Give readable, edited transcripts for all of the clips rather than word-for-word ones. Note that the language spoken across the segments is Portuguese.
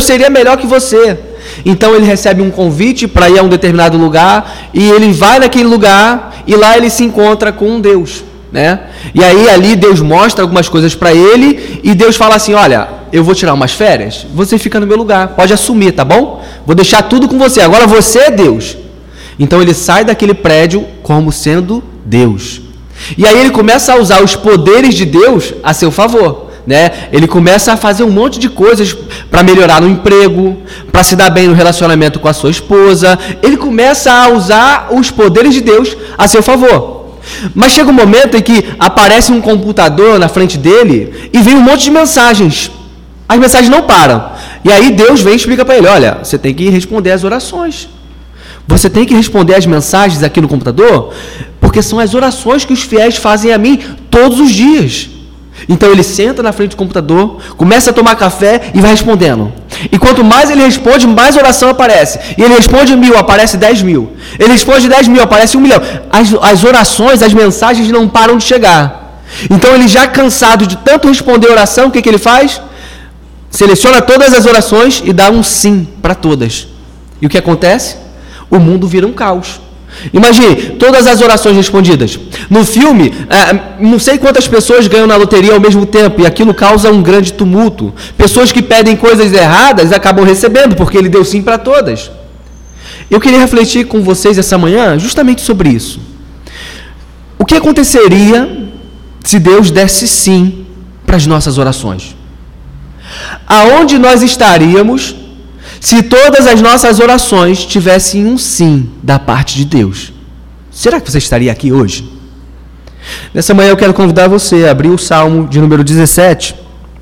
seria melhor que você. Então ele recebe um convite para ir a um determinado lugar, e ele vai naquele lugar, e lá ele se encontra com um Deus, né? E aí ali Deus mostra algumas coisas para ele, e Deus fala assim: olha, eu vou tirar umas férias, você fica no meu lugar, pode assumir, tá bom? Vou deixar tudo com você, agora você é Deus. Então ele sai daquele prédio como sendo Deus. E aí ele começa a usar os poderes de Deus a seu favor, né? Ele começa a fazer um monte de coisas para melhorar no emprego, para se dar bem no relacionamento com a sua esposa. Ele começa a usar os poderes de Deus a seu favor. Mas chega um momento em que aparece um computador na frente dele e vem um monte de mensagens. As mensagens não param. E aí Deus vem e explica para ele: olha, você tem que responder as orações. Você tem que responder as mensagens aqui no computador, porque são as orações que os fiéis fazem a mim todos os dias. Então ele senta na frente do computador, começa a tomar café e vai respondendo. E quanto mais ele responde, mais oração aparece. E ele responde 1000, aparece 10.000. Ele responde 10.000, aparece 1 milhão. As orações, as mensagens não param de chegar. Então ele, já cansado de tanto responder oração, o que ele faz? Seleciona todas as orações e dá um sim para todas. E o que acontece? O mundo vira um caos. Imagine, todas as orações respondidas. No filme, não sei quantas pessoas ganham na loteria ao mesmo tempo, e aquilo causa um grande tumulto. Pessoas que pedem coisas erradas acabam recebendo, porque ele deu sim para todas. Eu queria refletir com vocês essa manhã justamente sobre isso. O que aconteceria se Deus desse sim para as nossas orações? Aonde nós estaríamos se todas as nossas orações tivessem um sim da parte de Deus? Será que você estaria aqui hoje? Nessa manhã eu quero convidar você a abrir o Salmo de número 17.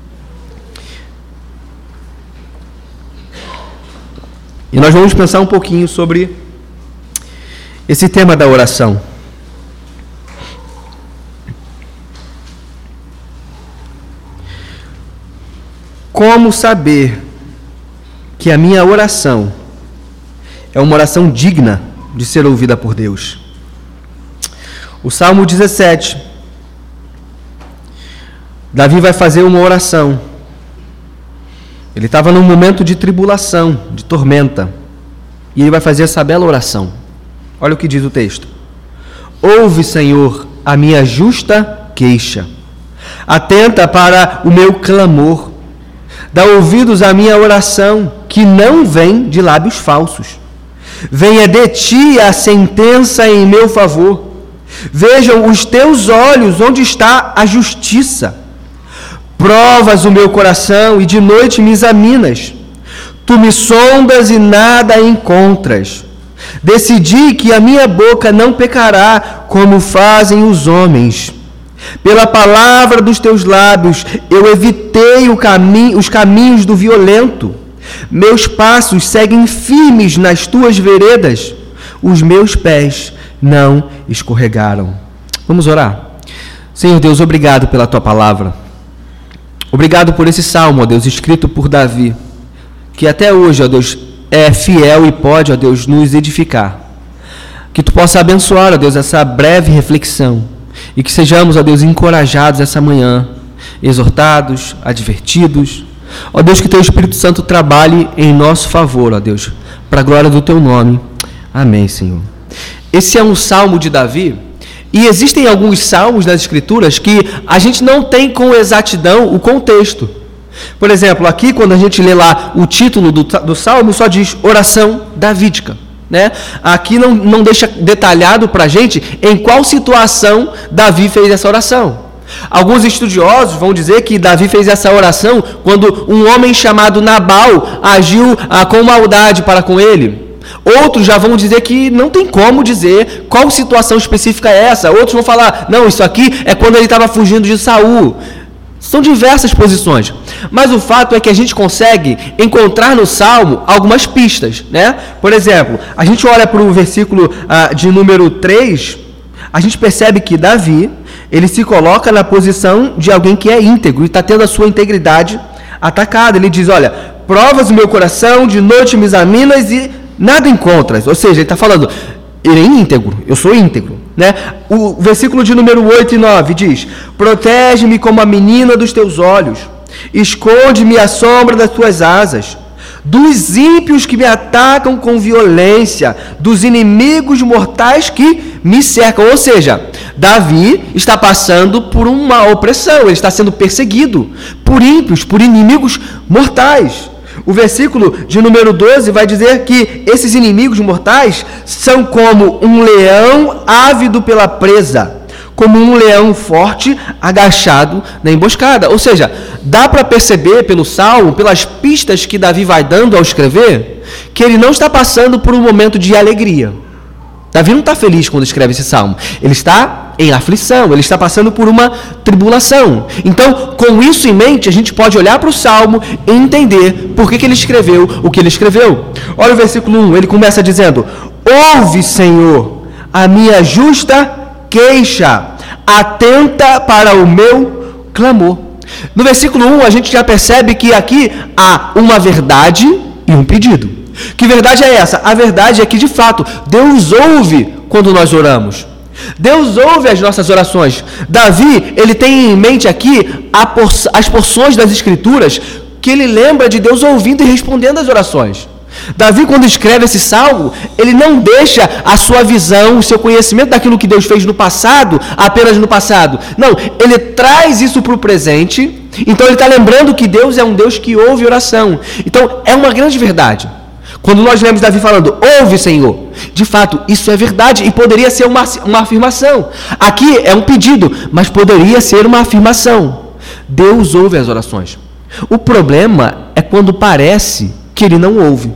E nós vamos pensar um pouquinho sobre esse tema da oração. Como saber que a minha oração é uma oração digna de ser ouvida por Deus? O Salmo 17. Davi vai fazer uma oração. Ele estava num momento de tribulação, de tormenta. E ele vai fazer essa bela oração. Olha o que diz o texto: ouve, Senhor, a minha justa queixa. Atenta para o meu clamor. Dá ouvidos à minha oração, que não vem de lábios falsos. Venha de ti a sentença em meu favor. Vejam os teus olhos onde está a justiça. Provas o meu coração e de noite me examinas. Tu me sondas e nada encontras. Decidi que a minha boca não pecará como fazem os homens. Pela palavra dos teus lábios eu evitei os caminhos do violento. Meus passos seguem firmes nas tuas veredas. Os meus pés não escorregaram. Vamos orar. Senhor Deus, obrigado pela tua palavra. Obrigado por esse salmo, ó Deus, escrito por Davi, que até hoje, ó Deus, é fiel e pode, ó Deus, nos edificar. Que tu possa abençoar, ó Deus, essa breve reflexão. E que sejamos, ó Deus, encorajados essa manhã, exortados, advertidos. Ó Deus, que teu Espírito Santo trabalhe em nosso favor, ó Deus, para a glória do teu nome. Amém, Senhor. Esse é um salmo de Davi, e existem alguns salmos nas Escrituras que a gente não tem com exatidão o contexto. Por exemplo, aqui quando a gente lê lá o título do salmo, só diz oração davídica. Né? Aqui não deixa detalhado para a gente em qual situação Davi fez essa oração. Alguns estudiosos vão dizer que Davi fez essa oração quando um homem chamado Nabal agiu com maldade para com ele. Outros já vão dizer que não tem como dizer qual situação específica é essa. Outros vão falar, não, isso aqui é quando ele estava fugindo de Saul. São diversas posições, mas o fato é que a gente consegue encontrar no Salmo algumas pistas, né? Por exemplo, a gente olha para o versículo de número 3, a gente percebe que Davi, ele se coloca na posição de alguém que é íntegro e está tendo a sua integridade atacada. Ele diz, olha, provas o meu coração, de noite me examinas e nada encontras. Ou seja, ele está falando, ele é íntegro, eu sou íntegro. Né? O versículo de número 8 e 9 diz, protege-me como a menina dos teus olhos, esconde-me à sombra das tuas asas, dos ímpios que me atacam com violência, dos inimigos mortais que me cercam. Ou seja, Davi está passando por uma opressão, ele está sendo perseguido por ímpios, por inimigos mortais. O versículo de número 12 vai dizer que esses inimigos mortais são como um leão ávido pela presa, como um leão forte agachado na emboscada. Ou seja, dá para perceber pelo Salmo, pelas pistas que Davi vai dando ao escrever, que ele não está passando por um momento de alegria. Davi não está feliz quando escreve esse Salmo. Ele está em aflição, ele está passando por uma tribulação. Então, com isso em mente, a gente pode olhar para o Salmo e entender por que ele escreveu o que ele escreveu. Olha o versículo 1, ele começa dizendo: ouve, Senhor, a minha justa queixa, atenta para o meu clamor. No versículo 1, a gente já percebe que aqui há uma verdade e um pedido. Que verdade é essa? A verdade é que, de fato, Deus ouve quando nós oramos. Deus ouve as nossas orações. Davi, ele tem em mente aqui as porções das Escrituras que ele lembra de Deus ouvindo e respondendo às orações. Davi, quando escreve esse salmo, ele não deixa a sua visão, o seu conhecimento daquilo que Deus fez no passado, apenas no passado. Não, ele traz isso para o presente. Então ele está lembrando que Deus é um Deus que ouve oração. Então é uma grande verdade. Quando nós lemos Davi falando, ouve, Senhor, de fato, isso é verdade e poderia ser uma afirmação. Aqui é um pedido, mas poderia ser uma afirmação. Deus ouve as orações. O problema é quando parece que Ele não ouve.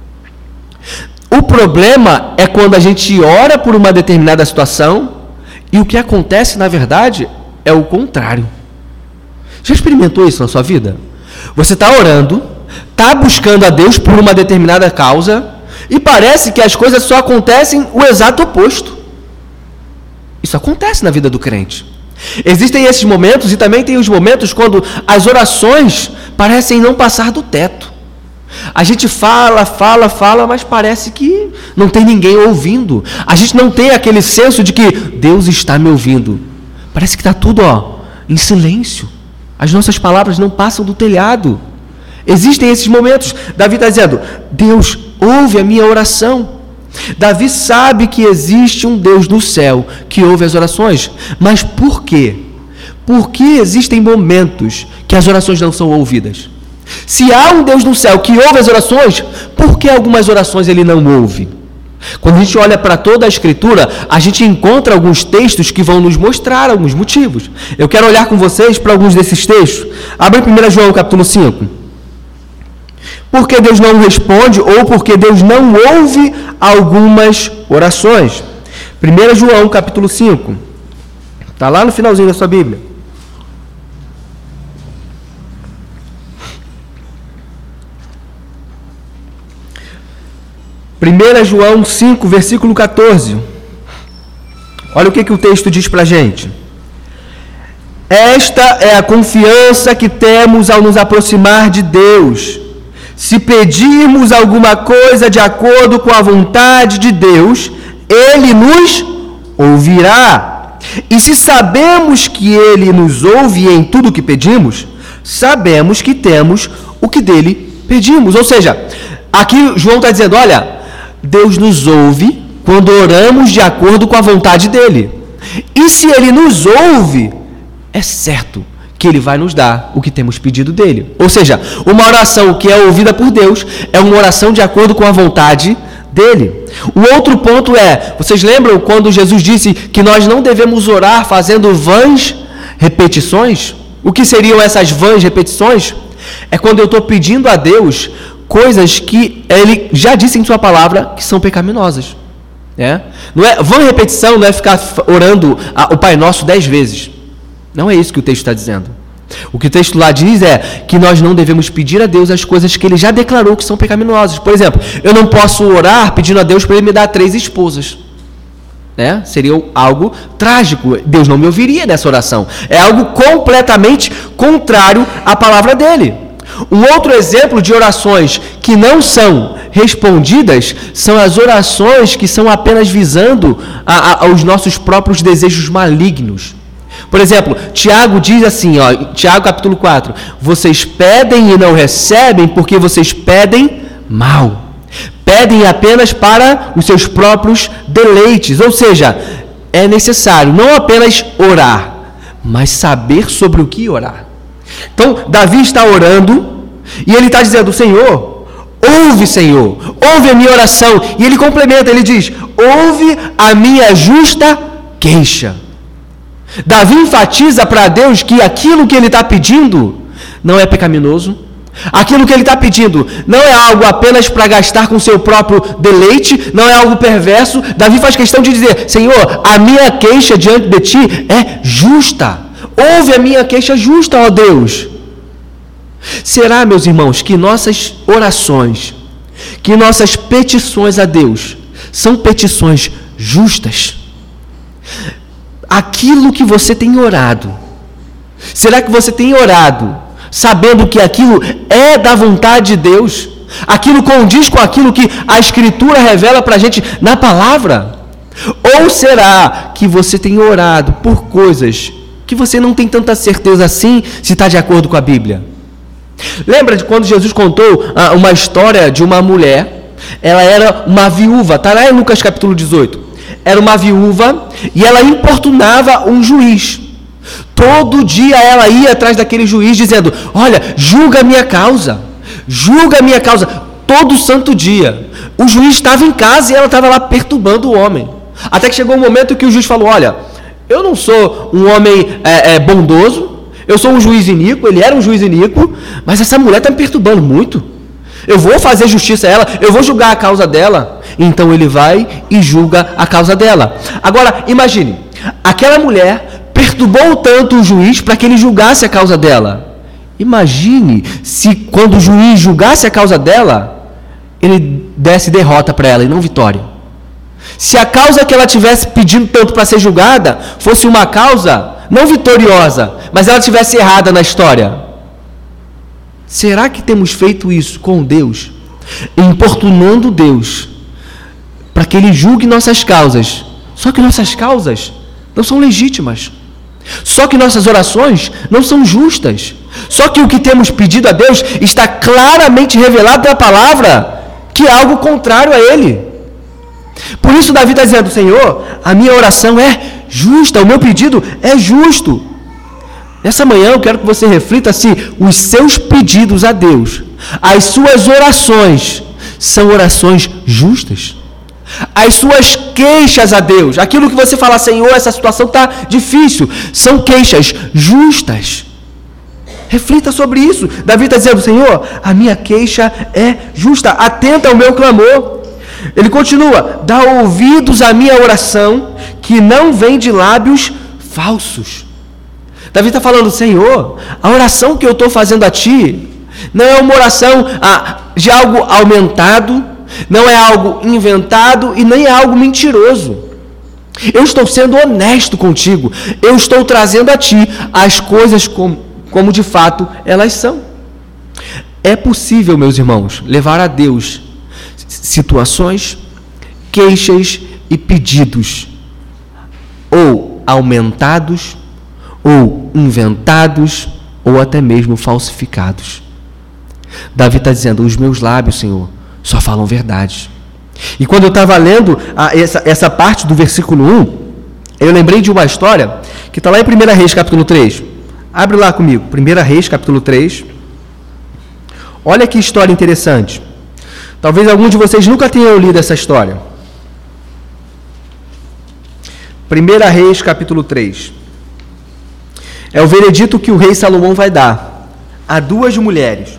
O problema é quando a gente ora por uma determinada situação e o que acontece, na verdade, é o contrário. Já experimentou isso na sua vida? Você está orando, está buscando a Deus por uma determinada causa e parece que as coisas só acontecem o exato oposto. Isso acontece na vida do crente. Existem esses momentos e também tem os momentos quando as orações parecem não passar do teto. A gente fala, mas parece que não tem ninguém ouvindo. A gente não tem aquele senso de que Deus está me ouvindo. Parece que está tudo em silêncio. As nossas palavras não passam do telhado. Existem esses momentos. Davi está dizendo, Deus ouve a minha oração. Davi sabe que existe um Deus no céu que ouve as orações. Mas por quê? Por que existem momentos que as orações não são ouvidas? Se há um Deus no céu que ouve as orações, por que algumas orações Ele não ouve? Quando a gente olha para toda a Escritura, a gente encontra alguns textos que vão nos mostrar alguns motivos. Eu quero olhar com vocês para alguns desses textos. Abre 1 João capítulo 5. Por que Deus não responde ou porque Deus não ouve algumas orações? 1 João capítulo 5. Está lá no finalzinho da sua Bíblia. 1 João 5, versículo 14. Olha o que o texto diz para a gente. Esta é a confiança que temos ao nos aproximar de Deus. Se pedirmos alguma coisa de acordo com a vontade de Deus, Ele nos ouvirá. E se sabemos que Ele nos ouve em tudo o que pedimos, sabemos que temos o que dele pedimos. Ou seja, aqui João está dizendo, olha, Deus nos ouve quando oramos de acordo com a vontade dele. E se Ele nos ouve, é certo que Ele vai nos dar o que temos pedido dele. Ou seja, uma oração que é ouvida por Deus é uma oração de acordo com a vontade dele. O outro ponto é, vocês lembram quando Jesus disse que nós não devemos orar fazendo vãs repetições? O que seriam essas vãs repetições? É quando eu estou pedindo a Deus coisas que Ele já disse em sua palavra que são pecaminosas. Não é vã repetição, não é ficar orando o Pai Nosso 10 vezes. Não é isso que o texto está dizendo. O que o texto lá diz é que nós não devemos pedir a Deus as coisas que Ele já declarou que são pecaminosas. Por exemplo, eu não posso orar pedindo a Deus para Ele me dar 3 esposas. Seria algo trágico. Deus não me ouviria nessa oração. É algo completamente contrário à palavra dele. Um outro exemplo de orações que não são respondidas são as orações que são apenas visando aos nossos próprios desejos malignos. Por exemplo, Tiago diz assim, Tiago capítulo 4, vocês pedem e não recebem porque vocês pedem mal. Pedem apenas para os seus próprios deleites. Ou seja, é necessário não apenas orar, mas saber sobre o que orar. Então, Davi está orando e ele está dizendo, Senhor, ouve a minha oração. E ele complementa, ele diz, ouve a minha justa queixa. Davi enfatiza para Deus que aquilo que ele está pedindo não é pecaminoso. Aquilo que ele está pedindo não é algo apenas para gastar com seu próprio deleite, não é algo perverso. Davi faz questão de dizer, Senhor, a minha queixa diante de Ti é justa. Ouve a minha queixa justa, ó Deus. Será, meus irmãos, que nossas orações, que nossas petições a Deus são petições justas? Aquilo que você tem orado, será que você tem orado sabendo que aquilo é da vontade de Deus? Aquilo condiz com aquilo que a Escritura revela para a gente na palavra? Ou será que você tem orado por coisas que você não tem tanta certeza assim se está de acordo com a Bíblia? Lembra de quando Jesus contou uma história de uma mulher? Ela era uma viúva, está lá em Lucas capítulo 18. Era uma viúva e ela importunava um juiz. Todo dia ela ia atrás daquele juiz dizendo, olha, julga a minha causa, todo santo dia. O juiz estava em casa e ela estava lá perturbando o homem. Até que chegou um momento que o juiz falou, olha, eu não sou um homem bondoso, eu sou um juiz iníquo, ele era um juiz iníquo, mas essa mulher está me perturbando muito. Eu vou fazer justiça a ela, eu vou julgar a causa dela. Então ele vai e julga a causa dela. Agora, imagine, aquela mulher perturbou tanto o juiz para que ele julgasse a causa dela. Imagine se quando o juiz julgasse a causa dela, ele desse derrota para ela e não vitória. Se a causa que ela tivesse pedindo tanto para ser julgada fosse uma causa não vitoriosa, mas ela tivesse errada na história. Será que temos feito isso com Deus? Importunando Deus para que Ele julgue nossas causas. Só que nossas causas não são legítimas. Só que nossas orações não são justas. Só que o que temos pedido a Deus está claramente revelado na palavra, que é algo contrário a Ele. Por isso Davi está dizendo, Senhor, a minha oração é justa, o meu pedido é justo. Nessa manhã eu quero que você reflita se os seus pedidos a Deus, as suas orações, são orações justas. As suas queixas a Deus, aquilo que você fala, Senhor, essa situação está difícil, são queixas justas. Reflita sobre isso. Davi está dizendo, Senhor, a minha queixa é justa, atenta ao meu clamor. Ele continua, dá ouvidos à minha oração, que não vem de lábios falsos. Davi está falando, Senhor, a oração que eu estou fazendo a Ti não é uma oração de algo aumentado, não é algo inventado e nem é algo mentiroso. Eu estou sendo honesto contigo, eu estou trazendo a Ti as coisas como de fato elas são. É possível, meus irmãos, levar a Deus situações, queixas e pedidos, ou aumentados, ou inventados, ou até mesmo falsificados. Davi está dizendo, os meus lábios, Senhor, só falam verdade. E quando eu estava lendo essa parte do versículo 1, eu lembrei de uma história que está lá em 1 Reis, capítulo 3. Abre lá comigo, 1 Reis, capítulo 3. Olha que história interessante. Talvez algum de vocês nunca tenham lido essa história. 1 Reis, capítulo 3. É o veredito que o rei Salomão vai dar a duas mulheres.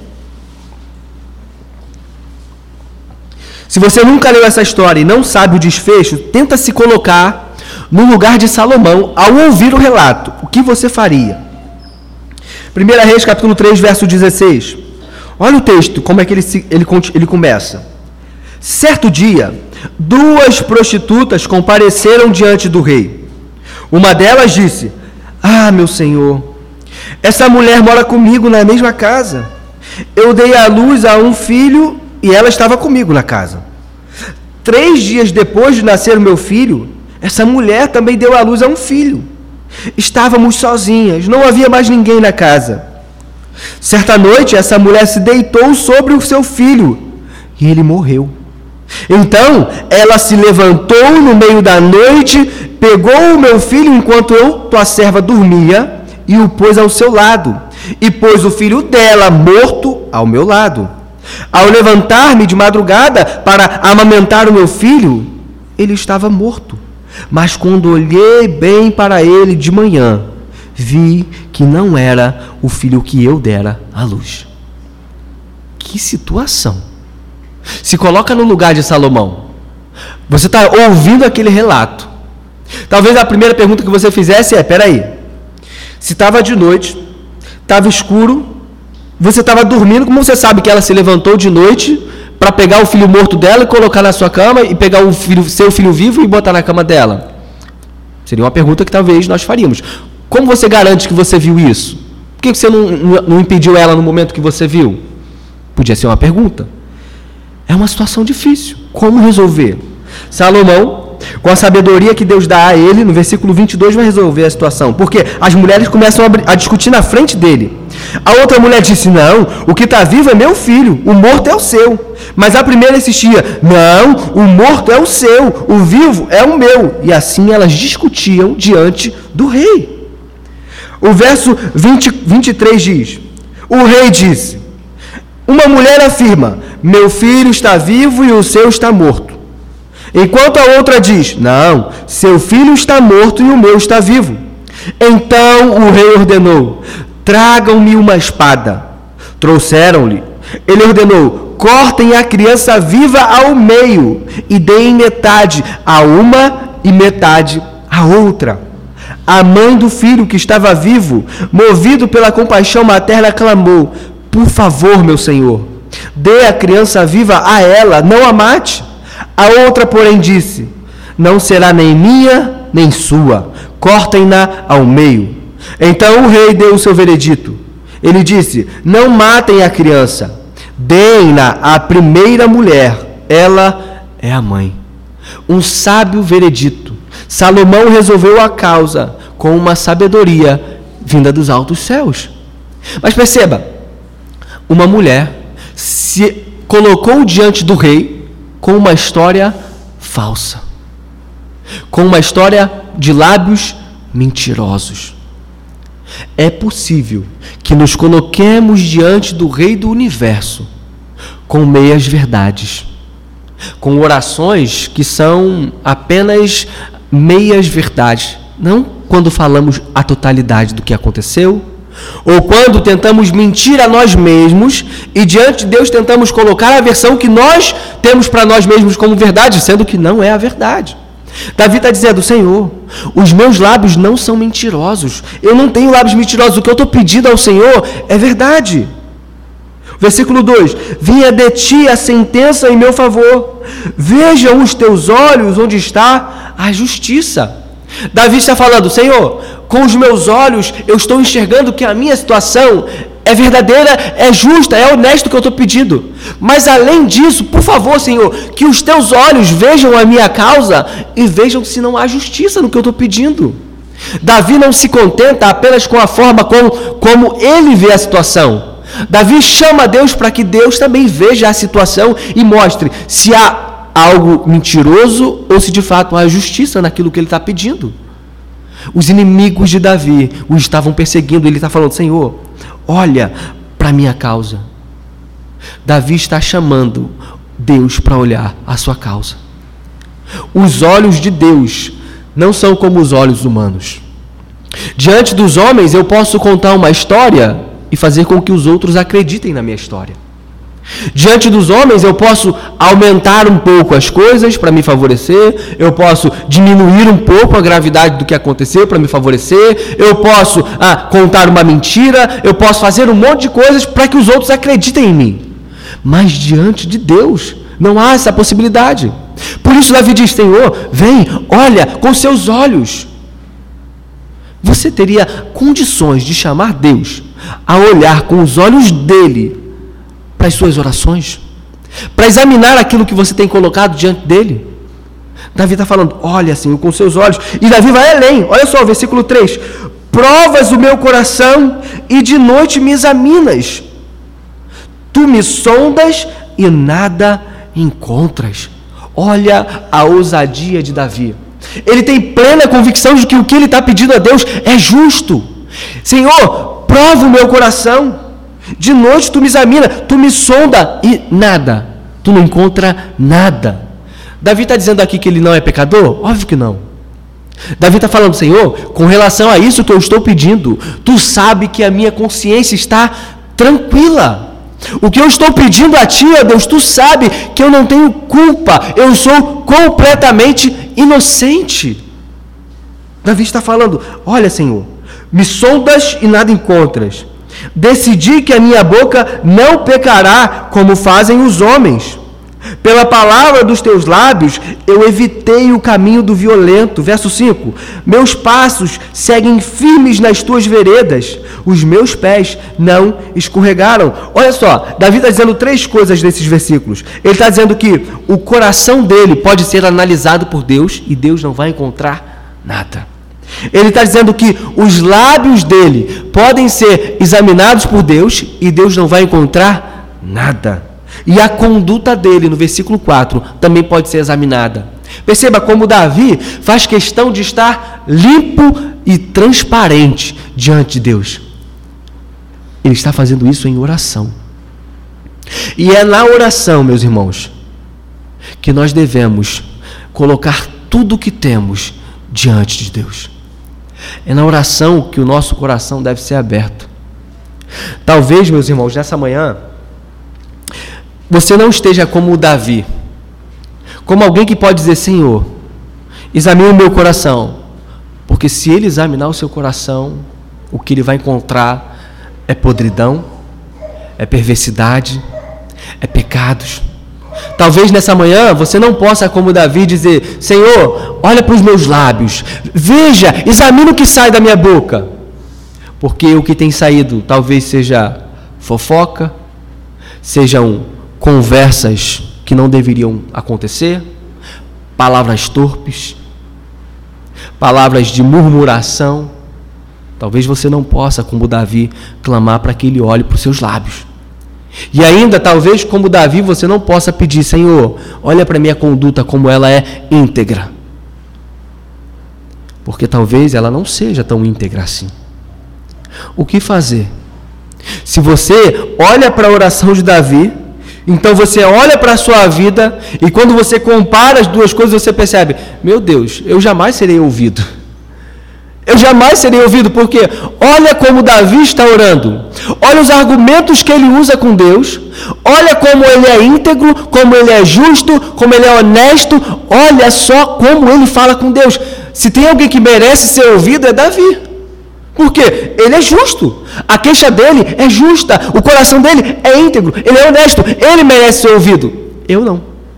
Se você nunca leu essa história e não sabe o desfecho, tenta se colocar no lugar de Salomão ao ouvir o relato. O que você faria? 1 Reis, capítulo 3, verso 16. Olha o texto, como é que ele começa. Certo dia, duas prostitutas compareceram diante do rei. Uma delas disse, meu senhor, essa mulher mora comigo na mesma casa. Eu dei à luz a um filho e ela estava comigo na casa. 3 dias depois de nascer o meu filho, essa mulher também deu à luz a um filho. Estávamos sozinhas, não havia mais ninguém na casa. Certa noite, essa mulher se deitou sobre o seu filho e ele morreu. Então, ela se levantou no meio da noite, pegou o meu filho enquanto eu, tua serva, dormia e o pôs ao seu lado, e pôs o filho dela, morto, ao meu lado. Ao levantar-me de madrugada para amamentar o meu filho, ele estava morto. Mas quando olhei bem para ele de manhã, vi que não era o filho que eu dera à luz. Que situação! Se coloca no lugar de Salomão. Você está ouvindo aquele relato. Talvez a primeira pergunta que você fizesse é: peraí, se estava de noite, estava escuro, você estava dormindo, como você sabe que ela se levantou de noite para pegar o filho morto dela e colocar na sua cama e pegar o seu filho vivo e botar na cama dela? Seria uma pergunta que talvez nós faríamos. Como você garante que você viu isso? Por que você não impediu ela no momento que você viu? Podia ser uma pergunta. É uma situação difícil. Como resolver? Salomão, com a sabedoria que Deus dá a ele, no versículo 22, vai resolver a situação. Porque as mulheres começam a discutir na frente dele. A outra mulher disse: não, o que está vivo é meu filho, o morto é o seu. Mas a primeira insistia: não, o morto é o seu, o vivo é o meu. E assim elas discutiam diante do rei. O verso 23 diz: o rei disse: uma mulher afirma, meu filho está vivo e o seu está morto. Enquanto a outra diz, não, seu filho está morto e o meu está vivo. Então o rei ordenou, tragam-me uma espada. Trouxeram-lhe. Ele ordenou, cortem a criança viva ao meio e deem metade a uma e metade a outra. A mãe do filho que estava vivo, movido pela compaixão materna, clamou, por favor, meu senhor, dê a criança viva a ela, não a mate. A outra, porém, disse, não será nem minha, nem sua. Cortem-na ao meio. Então o rei deu o seu veredito. Ele disse, não matem a criança. Deem-na à primeira mulher. Ela é a mãe. Um sábio veredito. Salomão resolveu a causa com uma sabedoria vinda dos altos céus. Mas perceba, uma mulher se colocou diante do rei com uma história falsa, com uma história de lábios mentirosos. É possível que nos coloquemos diante do Rei do Universo com meias verdades, com orações que são apenas meias verdades, não quando falamos a totalidade do que aconteceu, ou quando tentamos mentir a nós mesmos e diante de Deus tentamos colocar a versão que nós temos para nós mesmos como verdade, sendo que não é a verdade. Davi está dizendo, Senhor, os meus lábios não são mentirosos, eu não tenho lábios mentirosos, o que eu estou pedindo ao Senhor é verdade. Versículo 2, vinha de ti a sentença em meu favor, vejam os teus olhos onde está a justiça. Davi está falando, Senhor, com os meus olhos eu estou enxergando que a minha situação é verdadeira, é justa, é honesta o que eu estou pedindo. Mas além disso, por favor, Senhor, que os teus olhos vejam a minha causa e vejam se não há justiça no que eu estou pedindo. Davi não se contenta apenas com a forma como ele vê a situação. Davi chama a Deus para que Deus também veja a situação e mostre se há algo mentiroso ou se de fato há justiça naquilo que ele está pedindo. Os inimigos de Davi o estavam perseguindo, ele está falando, Senhor, olha para a minha causa. Davi está chamando Deus para olhar a sua causa. Os olhos de Deus não são como os olhos humanos. Diante dos homens eu posso contar uma história e fazer com que os outros acreditem na minha história. Diante dos homens eu posso aumentar um pouco as coisas para me favorecer, eu posso diminuir um pouco a gravidade do que aconteceu para me favorecer, eu posso contar uma mentira, eu posso fazer um monte de coisas para que os outros acreditem em mim. Mas diante de Deus não há essa possibilidade. Por isso Davi diz, Senhor, vem, olha com seus olhos. Você teria condições de chamar Deus a olhar com os olhos dele para as suas orações, para examinar aquilo que você tem colocado diante dele? Davi está falando, olha, Senhor, com seus olhos. E Davi vai além. Olha só, versículo 3. Provas o meu coração e de noite me examinas. Tu me sondas e nada encontras. Olha a ousadia de Davi. Ele tem plena convicção de que o que ele está pedindo a Deus é justo. Senhor, prova o meu coração. De noite tu me examina, tu me sonda e nada. Tu não encontra nada. Davi está dizendo aqui que ele não é pecador? Óbvio que não. Davi está falando, Senhor, com relação a isso que eu estou pedindo, tu sabe que a minha consciência está tranquila. O que eu estou pedindo a ti, ó Deus, tu sabe que eu não tenho culpa, eu sou completamente inocente. Davi está falando, olha, Senhor, me sondas e nada encontras. Decidi que a minha boca não pecará como fazem os homens. Pela palavra dos teus lábios, eu evitei o caminho do violento. Verso 5. Meus passos seguem firmes nas tuas veredas. Os meus pés não escorregaram. Olha só, Davi está dizendo 3 coisas nesses versículos. Ele está dizendo que o coração dele pode ser analisado por Deus e Deus não vai encontrar nada. Ele está dizendo que os lábios dele podem ser examinados por Deus e Deus não vai encontrar nada. E a conduta dele, no versículo 4, também pode ser examinada. Perceba como Davi faz questão de estar limpo e transparente diante de Deus. Ele está fazendo isso em oração. E é na oração, meus irmãos, que nós devemos colocar tudo o que temos diante de Deus. É na oração que o nosso coração deve ser aberto. Talvez, meus irmãos, nessa manhã, você não esteja como o Davi, como alguém que pode dizer, Senhor, examine o meu coração, porque se ele examinar o seu coração, o que ele vai encontrar é podridão, é perversidade, é pecados. Talvez nessa manhã você não possa, como Davi, dizer, Senhor, olha para os meus lábios, veja, examina o que sai da minha boca, porque o que tem saído talvez seja fofoca, sejam conversas que não deveriam acontecer, palavras torpes, palavras de murmuração. Talvez você não possa, como Davi, clamar para que ele olhe para os seus lábios. E ainda, talvez, como Davi, você não possa pedir, Senhor, olha para a minha conduta como ela é íntegra. Porque talvez ela não seja tão íntegra assim. O que fazer? Se você olha para a oração de Davi, então você olha para a sua vida e quando você compara as duas coisas, você percebe, meu Deus, eu jamais serei ouvido. Eu jamais serei ouvido, porque olha como Davi está orando, olha os argumentos que ele usa com Deus, olha como ele é íntegro, como ele é justo, como ele é honesto, olha só como ele fala com Deus. Se tem alguém que merece ser ouvido, é Davi. Por quê? Ele é justo, a queixa dele é justa, o coração dele é íntegro, ele é honesto, ele merece ser ouvido. Eu não.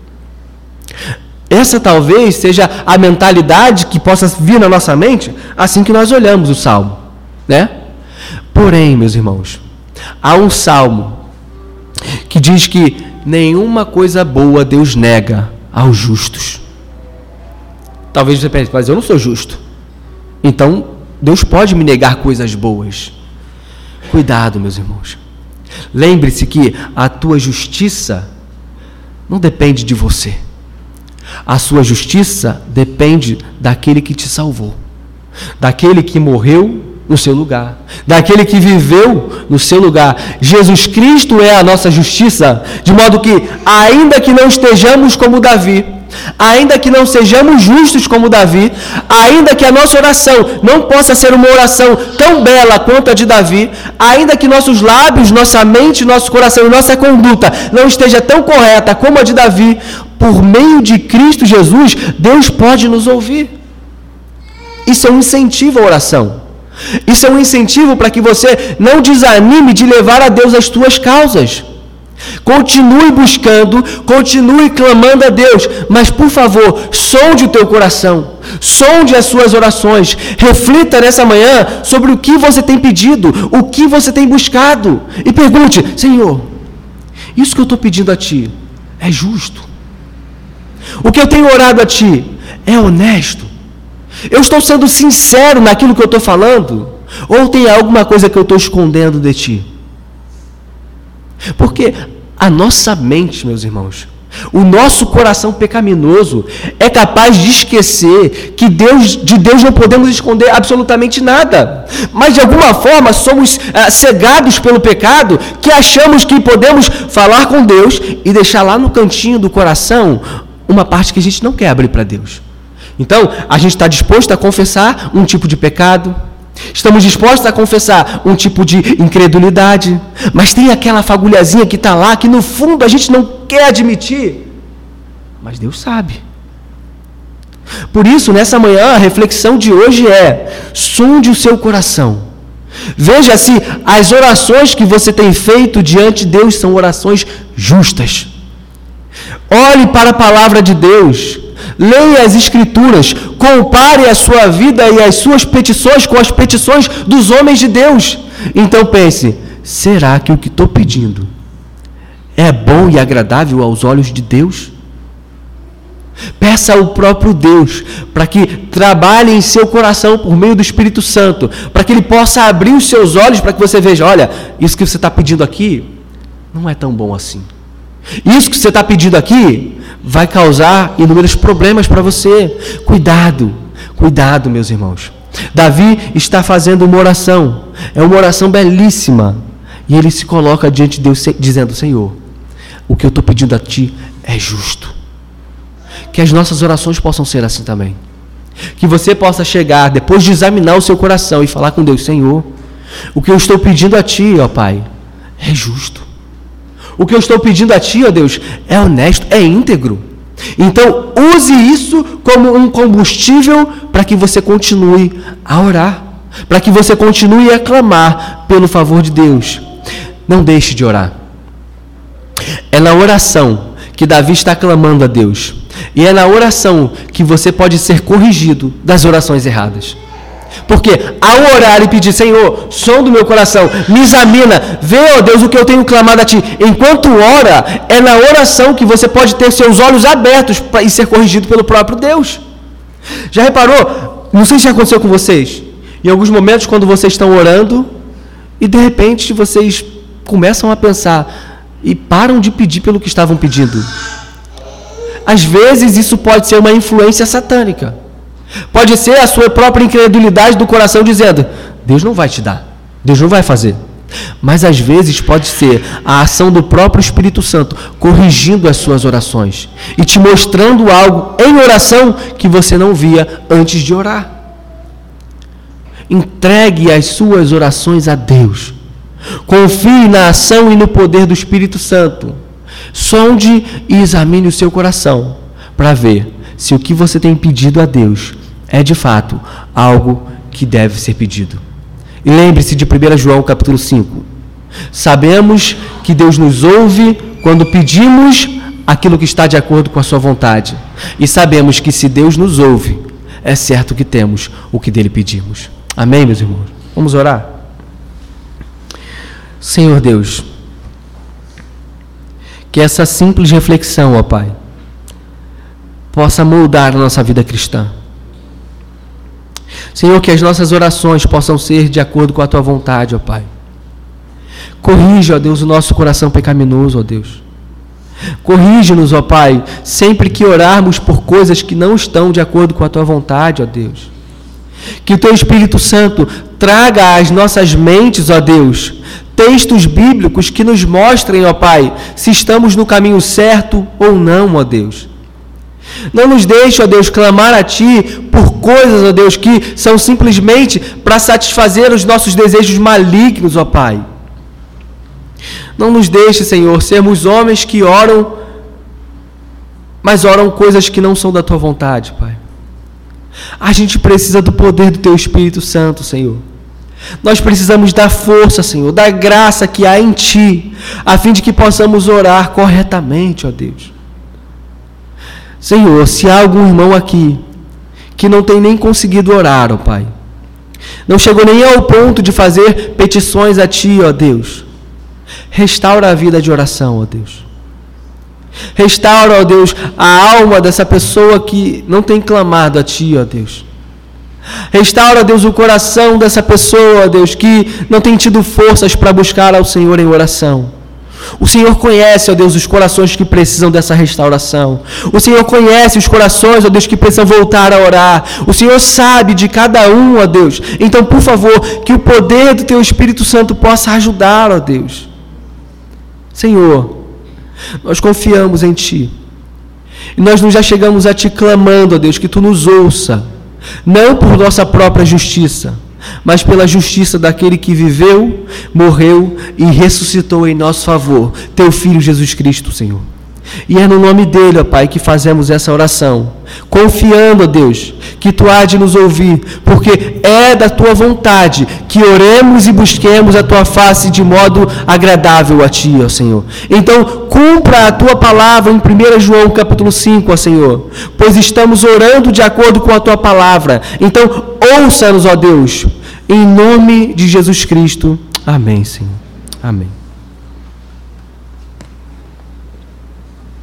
Essa talvez seja a mentalidade que possa vir na nossa mente assim que nós olhamos o Salmo, né? Porém, meus irmãos, há um Salmo que diz que nenhuma coisa boa Deus nega aos justos. Talvez você pense, mas eu não sou justo. Então, Deus pode me negar coisas boas. Cuidado, meus irmãos. Lembre-se que a tua justiça não depende de você. A sua justiça depende daquele que te salvou, daquele que morreu no seu lugar, daquele que viveu no seu lugar. Jesus Cristo é a nossa justiça, de modo que, ainda que não estejamos como Davi, ainda que não sejamos justos como Davi, ainda que a nossa oração não possa ser uma oração tão bela quanto a de Davi, ainda que nossos lábios, nossa mente, nosso coração e nossa conduta não esteja tão correta como a de Davi, por meio de Cristo Jesus, Deus pode nos ouvir. Isso é um incentivo à oração. Isso é um incentivo para que você não desanime de levar a Deus as tuas causas. Continue buscando, continue clamando a Deus, mas por favor, sonde o teu coração, sonde as suas orações, reflita nessa manhã sobre o que você tem pedido, o que você tem buscado, e pergunte, Senhor, isso que eu estou pedindo a Ti é justo? O que eu tenho orado a Ti é honesto? Eu estou sendo sincero naquilo que eu estou falando? Ou tem alguma coisa que eu estou escondendo de ti? Porque a nossa mente, meus irmãos, o nosso coração pecaminoso é capaz de esquecer que de Deus não podemos esconder absolutamente nada. Mas de alguma forma somos cegados pelo pecado, que achamos que podemos falar com Deus e deixar lá no cantinho do coração uma parte que a gente não quer abrir para Deus. Então, a gente está disposto a confessar um tipo de pecado, estamos dispostos a confessar um tipo de incredulidade, mas tem aquela fagulhazinha que está lá, que no fundo a gente não quer admitir, mas Deus sabe. Por isso, nessa manhã, a reflexão de hoje é: sonde o seu coração. Veja se as orações que você tem feito diante de Deus são orações justas. Olhe para a palavra de Deus. Leia as Escrituras, compare a sua vida e as suas petições com as petições dos homens de Deus. Então pense: será que o que estou pedindo é bom e agradável aos olhos de Deus? Peça ao próprio Deus para que trabalhe em seu coração por meio do Espírito Santo, para que Ele possa abrir os seus olhos para que você veja: olha, isso que você está pedindo aqui não é tão bom assim. Isso que você está pedindo aqui vai causar inúmeros problemas para você. Cuidado, cuidado, meus irmãos. Davi está fazendo uma oração, é uma oração belíssima, e ele se coloca diante de Deus dizendo: Senhor, o que eu estou pedindo a Ti é justo. Que as nossas orações possam ser assim também. Que você possa chegar, depois de examinar o seu coração e falar com Deus: Senhor, o que eu estou pedindo a Ti, ó Pai, é justo. O que eu estou pedindo a Ti, ó Deus, é honesto, é íntegro. Então, use isso como um combustível para que você continue a orar, para que você continue a clamar pelo favor de Deus. Não deixe de orar. É na oração que Davi está clamando a Deus. E é na oração que você pode ser corrigido das orações erradas. Porque ao orar e pedir: Senhor, som do meu coração, me examina, vê, ó Deus, o que eu tenho clamado a Ti. Enquanto ora, é na oração que você pode ter seus olhos abertos e ser corrigido pelo próprio Deus. Já reparou? Não sei se já aconteceu com vocês. Em alguns momentos, quando vocês estão orando, e de repente vocês começam a pensar e param de pedir pelo que estavam pedindo. Às vezes isso pode ser uma influência satânica. Pode ser a sua própria incredulidade do coração dizendo: Deus não vai te dar, Deus não vai fazer. Mas às vezes pode ser a ação do próprio Espírito Santo corrigindo as suas orações e te mostrando algo em oração que você não via antes de orar. Entregue as suas orações a Deus. Confie na ação e no poder do Espírito Santo. Sonde e examine o seu coração para ver se o que você tem pedido a Deus é de fato algo que deve ser pedido. E lembre-se de 1 João capítulo 5. Sabemos que Deus nos ouve quando pedimos aquilo que está de acordo com a sua vontade. E sabemos que se Deus nos ouve, é certo que temos o que dele pedimos. Amém, meus irmãos? Vamos orar? Senhor Deus, que essa simples reflexão, ó Pai, possa moldar a nossa vida cristã. Senhor, que as nossas orações possam ser de acordo com a Tua vontade, ó Pai. Corrige, ó Deus, o nosso coração pecaminoso, ó Deus. Corrige-nos, ó Pai, sempre que orarmos por coisas que não estão de acordo com a Tua vontade, ó Deus. Que o Teu Espírito Santo traga às nossas mentes, ó Deus, textos bíblicos que nos mostrem, ó Pai, se estamos no caminho certo ou não, ó Deus. Não nos deixe, ó Deus, clamar a Ti por coisas, ó Deus, que são simplesmente para satisfazer os nossos desejos malignos, ó Pai. Não nos deixe, Senhor, sermos homens que oram, mas oram coisas que não são da Tua vontade, Pai. A gente precisa do poder do Teu Espírito Santo, Senhor. Nós precisamos da força, Senhor, da graça que há em Ti, a fim de que possamos orar corretamente, ó Deus. Senhor, se há algum irmão aqui que não tem nem conseguido orar, ó Pai, não chegou nem ao ponto de fazer petições a Ti, ó Deus, restaura a vida de oração, ó Deus. Restaura, ó Deus, a alma dessa pessoa que não tem clamado a Ti, ó Deus. Restaura, Deus, o coração dessa pessoa, ó Deus, que não tem tido forças para buscar ao Senhor em oração. O Senhor conhece, ó Deus, os corações que precisam dessa restauração. O Senhor conhece os corações, ó Deus, que precisam voltar a orar. O Senhor sabe de cada um, ó Deus. Então, por favor, que o poder do Teu Espírito Santo possa ajudar, ó Deus. Senhor, nós confiamos em Ti. E nós já chegamos a Ti clamando, ó Deus, que Tu nos ouça. Não por nossa própria justiça, mas pela justiça daquele que viveu, morreu e ressuscitou em nosso favor, Teu Filho Jesus Cristo, Senhor. E é no nome dele, ó Pai, que fazemos essa oração, confiando, ó Deus, que Tu há de nos ouvir, porque é da Tua vontade que oremos e busquemos a Tua face de modo agradável a Ti, ó Senhor. Então, cumpra a Tua palavra em 1 João capítulo 5, ó Senhor, pois estamos orando de acordo com a Tua palavra. Então, ouça-nos, ó Deus, em nome de Jesus Cristo. Amém, Senhor. Amém.